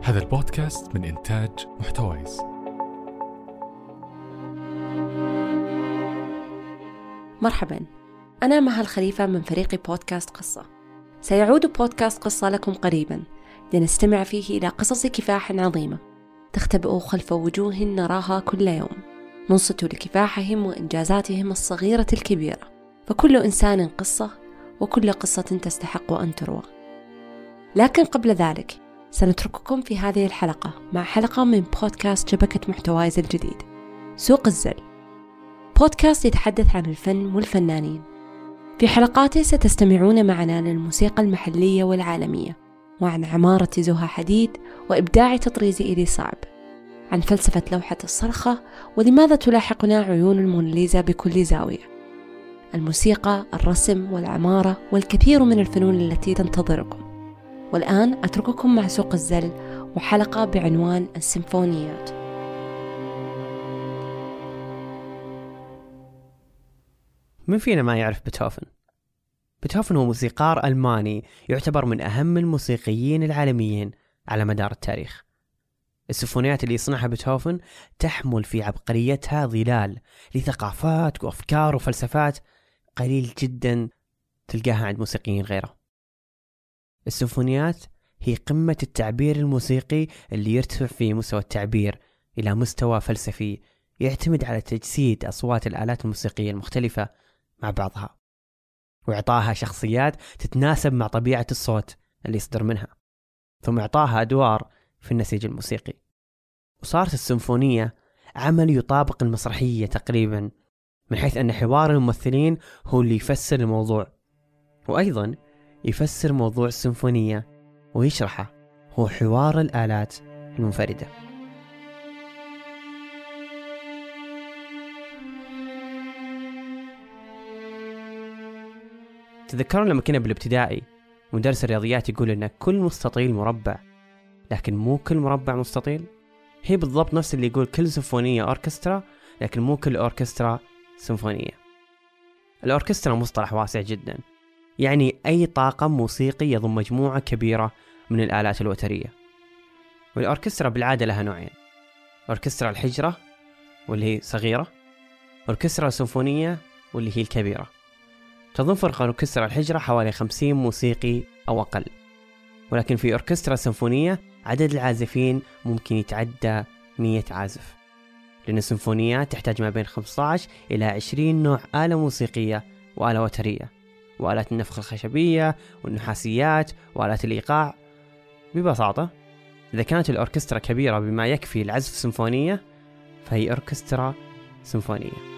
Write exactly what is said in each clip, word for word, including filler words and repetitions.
هذا البودكاست من إنتاج محتويس. مرحباً، أنا مها الخليفة من فريق بودكاست قصة. سيعود بودكاست قصة لكم قريباً لنستمع فيه إلى قصص كفاح عظيمة تختبئ خلف وجوه نراها كل يوم، ننصت لكفاحهم وإنجازاتهم الصغيرة الكبيرة، فكل إنسان قصة وكل قصة تستحق أن تروى. لكن قبل ذلك سنترككم في هذه الحلقة مع حلقة من بودكاست شبكة محتوايز الجديد، سوق الزل، بودكاست يتحدث عن الفن والفنانين. في حلقاته ستستمعون معنا للموسيقى المحلية والعالمية، وعن عمارة زها حديد وإبداع تطريز إيدي صعب، عن فلسفة لوحة الصرخة ولماذا تلاحقنا عيون الموناليزا بكل زاوية، الموسيقى، الرسم والعمارة والكثير من الفنون التي تنتظركم. والآن أترككم مع سوق الزل وحلقة بعنوان السيمفونيات. من فينا ما يعرف بيتهوفن؟ بيتهوفن هو موسيقار ألماني يعتبر من أهم الموسيقيين العالميين على مدار التاريخ. السيمفونيات اللي يصنعها بيتهوفن تحمل في عبقريتها ظلال لثقافات وأفكار وفلسفات قليل جدا تلقاها عند موسيقيين غيره. السيمفونيات هي قمة التعبير الموسيقي اللي يرتفع في مستوى التعبير إلى مستوى فلسفي يعتمد على تجسيد أصوات الآلات الموسيقية المختلفة مع بعضها، وإعطاها شخصيات تتناسب مع طبيعة الصوت اللي يصدر منها، ثم إعطاها أدوار في النسيج الموسيقي. وصارت السيمفونية عمل يطابق المسرحية تقريبا، من حيث أن حوار الممثلين هو اللي يفسر الموضوع، وأيضا يفسر موضوع السيمفونية ويشرحه هو حوار الآلات المنفردة. تذكرون لما كنا بالابتدائي مدرس الرياضيات يقول لنا كل مستطيل مربع، لكن مو كل مربع مستطيل؟ هي بالضبط نفس اللي يقول كل سيمفونية أوركسترا، لكن مو كل أوركسترا سيمفونية. الأوركسترا مصطلح واسع جدا، يعني أي طاقم موسيقي يضم مجموعة كبيرة من الآلات الوترية. والأوركسترا بالعادة لها نوعين: أوركسترا الحجرة واللي هي صغيرة، أوركسترا السيمفونية واللي هي الكبيرة. تضم فرقة أوركسترا الحجرة حوالي خمسين موسيقي أو أقل، ولكن في أوركسترا السيمفونية عدد العازفين ممكن يتعدى مية عازف، لأن السيمفونيات تحتاج ما بين خمسة عشر إلى عشرين نوع آلة موسيقية وآلة وترية، وآلات النفخ الخشبية والنحاسيات وآلات الإيقاع. ببساطة إذا كانت الأوركسترا كبيرة بما يكفي لعزف سيمفونية فهي أوركسترا سيمفونية.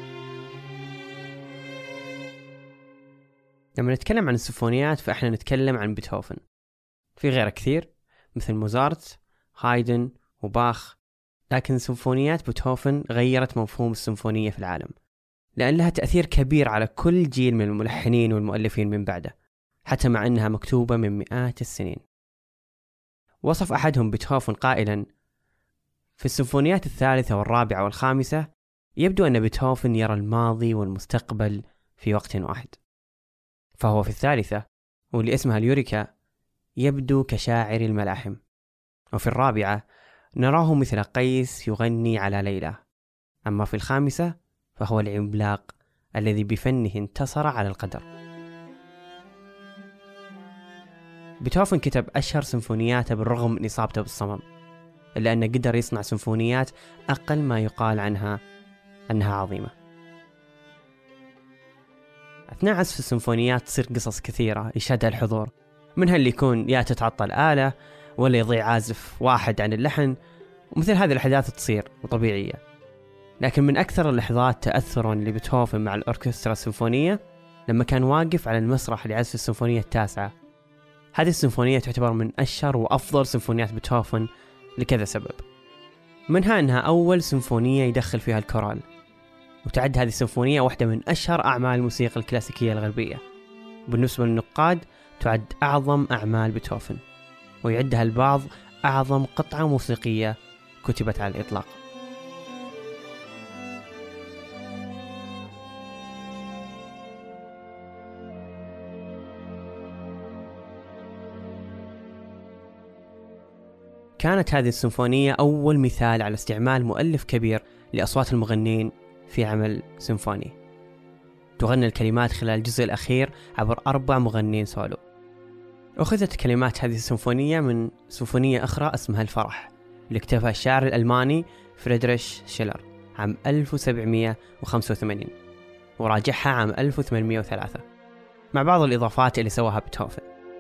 لما نتكلم عن السيمفونيات فإحنا نتكلم عن بيتهوفن، في غيره كثير مثل موزارت، هايدن وباخ، لكن سيمفونيات بيتهوفن غيرت مفهوم السيمفونية في العالم، لأن لها تأثير كبير على كل جيل من الملحنين والمؤلفين من بعده، حتى مع أنها مكتوبة من مئات السنين. وصف أحدهم بيتهوفن قائلا: في السيمفونيات الثالثة والرابعة والخامسة يبدو أن بيتهوفن يرى الماضي والمستقبل في وقت واحد، فهو في الثالثة واللي اسمها اليوريكا يبدو كشاعر الملاحم، وفي الرابعة نراه مثل قيس يغني على ليلى، أما في الخامسة فهو العملاق الذي بفنه انتصر على القدر. بيتهوفن كتب أشهر سيمفونياته بالرغم من إصابته بالصمم، إلا أنه قدر يصنع سيمفونيات أقل ما يقال عنها أنها عظيمة. أثناء عزف السيمفونيات تصير قصص كثيرة يشهدها الحضور، منها اللي يكون يا تتعطل آلة ولا يضيع عازف واحد عن اللحن، ومثل هذه الأحداث تصير وطبيعية. لكن من أكثر اللحظات تأثراً لبيتهوفن مع الأوركسترا السيمفونية لما كان واقف على المسرح لعزف السيمفونية التاسعة. هذه السيمفونية تعتبر من أشهر وأفضل سيمفونيات بيتهوفن لكذا سبب، منها أنها أول سيمفونية يدخل فيها الكورال، وتعد هذه السيمفونية واحدة من أشهر أعمال الموسيقى الكلاسيكية الغربية، وبالنسبة للنقاد تعد أعظم أعمال بيتهوفن، ويعدها البعض أعظم قطعة موسيقية كتبت على الإطلاق. كانت هذه السيمفونية أول مثال على استعمال مؤلف كبير لأصوات المغنين في عمل سيمفوني. تغني الكلمات خلال الجزء الأخير عبر أربع مغنين سولو. أخذت كلمات هذه السيمفونية من سيمفونية أخرى اسمها الفرح، اللي اكتبها الشاعر الألماني فريدريش شيلر عام ألف وسبعمائة وخمسة وثمانين، وراجعها عام ألف وثمانمائة وثلاثة مع بعض الإضافات اللي سواها بيتهوفن.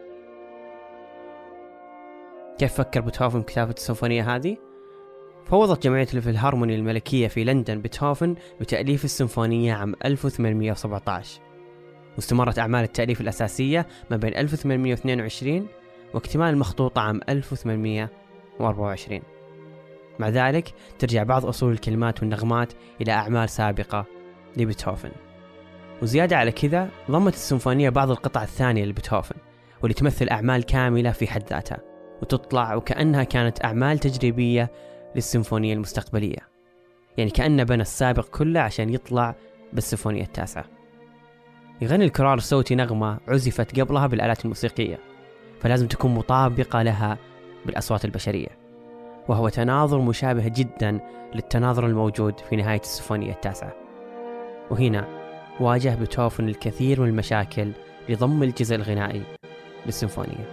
كيف فكر بيتهوفن بكتابة السيمفونية هذه؟ فوضت جمعية الفيلهارموني الملكية في لندن بيتهوفن بتأليف السيمفونية عام ألف وثمانمائة وسبعة عشر، واستمرت أعمال التأليف الأساسية ما بين ألف وثمانمائة واثنين وعشرين واكتمال المخطوطة عام ألف وثمانمائة وأربعة وعشرين. مع ذلك ترجع بعض أصول الكلمات والنغمات إلى أعمال سابقة لبيتهوفن. وزيادة على كذا ضمت السيمفونية بعض القطع الثانية لبيتهوفن، واللي تمثل أعمال كاملة في حد ذاتها، وتطلع وكأنها كانت أعمال تجريبية للسيمفونية المستقبلية. يعني كأنه بنى السابق كله عشان يطلع بالسيمفونية التاسعة. يغني الكرار الصوتي نغمة عزفت قبلها بالآلات الموسيقية، فلازم تكون مطابقة لها بالأصوات البشرية، وهو تناظر مشابه جدا للتناظر الموجود في نهاية السيمفونية التاسعة. وهنا واجه بيتهوفن الكثير من المشاكل لضم الجزء الغنائي للسيمفونية.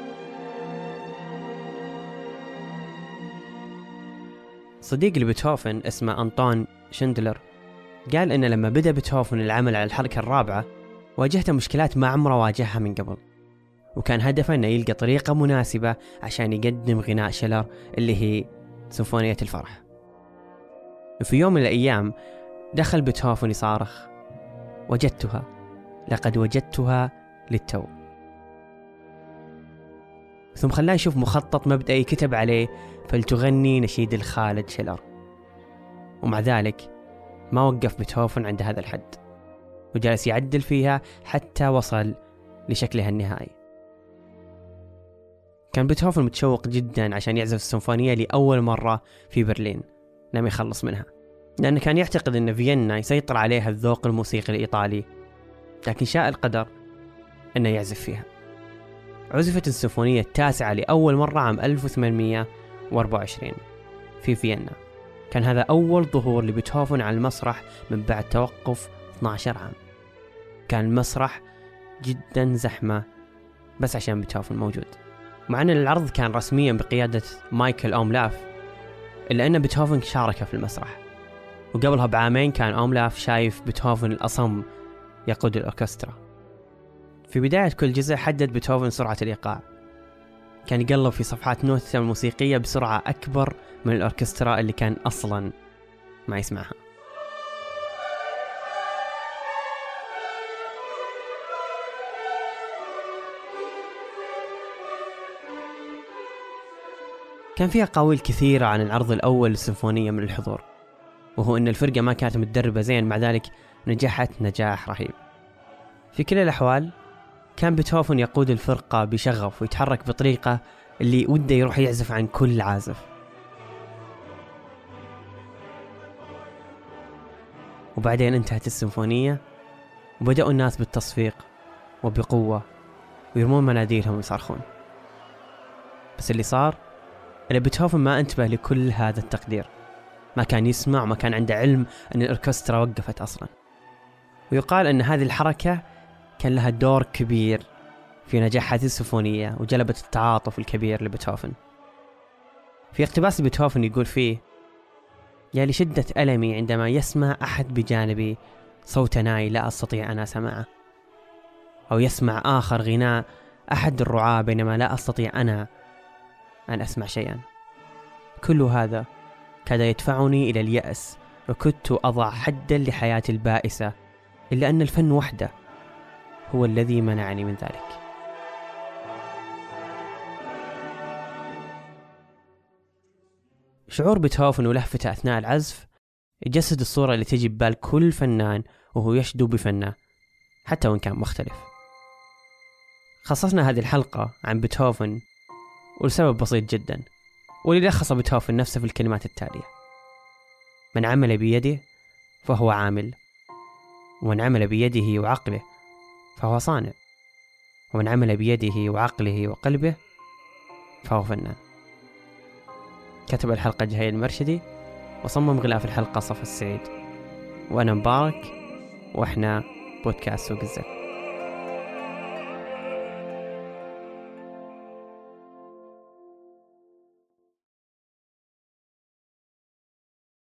صديق لبيتهوفن اسمه أنطون شندلر قال إن لما بدأ بيتهوفن العمل على الحركة الرابعة واجهته مشكلات ما عمره واجهها من قبل، وكان هدفه إنه يلقى طريقة مناسبة عشان يقدم غناء شيلر اللي هي سيمفونية الفرح. وفي يوم من الأيام دخل بيتهوفن يصارخ: وجدتها، لقد وجدتها للتو. ثم خلاه يشوف مخطط مبدئي كتب عليه: فلتغني نشيد الخالد شيلر. ومع ذلك ما وقف بيتهوفن عند هذا الحد، وجالس يعدل فيها حتى وصل لشكلها النهائي. كان بيتهوفن متشوق جدا عشان يعزف السيمفونية لأول مرة في برلين لم يخلص منها، لأنه كان يعتقد أن فيينا يسيطر عليها الذوق الموسيقي الإيطالي، لكن شاء القدر أنه يعزف فيها. عزفت السيمفونية التاسعة لأول مرة عام ألف وثمانمائة وأربعة وعشرين في فيينا. كان هذا أول ظهور لبيتهوفن على المسرح من بعد توقف اثني عشر عام. كان المسرح جدا زحمة بس عشان بيتهوفن موجود، مع أن العرض كان رسميا بقيادة مايكل أوملاف، إلا أن بيتهوفن شارك في المسرح. وقبلها بعامين كان أوملاف شايف بيتهوفن الأصم يقود الأوركسترا. في بداية كل جزء حدد بيتهوفن سرعة الإيقاع، كان يقلب في صفحات نوتة الموسيقية بسرعة أكبر من الأوركسترا اللي كان أصلا ما يسمعها. كان فيها أقاويل كثيرة عن العرض الأول للسيمفونية من الحضور، وهو أن الفرقة ما كانت متدربة زين، مع ذلك نجحت نجاح رهيب. في كل الأحوال كان بيتهوفن يقود الفرقة بشغف ويتحرك بطريقة اللي وده يروح يعزف عن كل عازف. وبعدين انتهت السيمفونية وبدأوا الناس بالتصفيق وبقوة ويرمون مناديلهم ويصرخون. بس اللي صار أن بيتهوفن ما انتبه لكل هذا التقدير، ما كان يسمع وما كان عنده علم أن الأوركسترا وقفت أصلا. ويقال أن هذه الحركة كان لها دور كبير في نجاح هذه السيمفونية وجلبت التعاطف الكبير لبيتهوفن. في اقتباس بيتهوفن يقول فيه: يا لشدة ألمي عندما يسمع أحد بجانبي صوت ناي لا أستطيع أن أسمعه، أو يسمع آخر غناء أحد الرعاة بينما لا أستطيع أنا أن أسمع شيئا. كل هذا كاد يدفعني إلى اليأس، وكنت أضع حدا لحياتي البائسة، إلا أن الفن وحده هو الذي منعني من ذلك. شعور بيتهوفن ولهفته أثناء العزف يجسد الصورة اللي تجي ببال كل فنان وهو يشدو بفنه حتى وإن كان مختلف. خصصنا هذه الحلقة عن بيتهوفن ولسبب بسيط جدا، واللي لخص بيتهوفن نفسه في الكلمات التالية: من عمل بيده فهو عامل، ومن عمل بيده وعقله فهو صانع، ومن عمل بيده وعقله وقلبه فهو فنان. كتب الحلقة جهير المرشدي، وصمم غلاف الحلقة صف السعيد. وأنا مبارك، وإحنا بودكاست سوق الزق.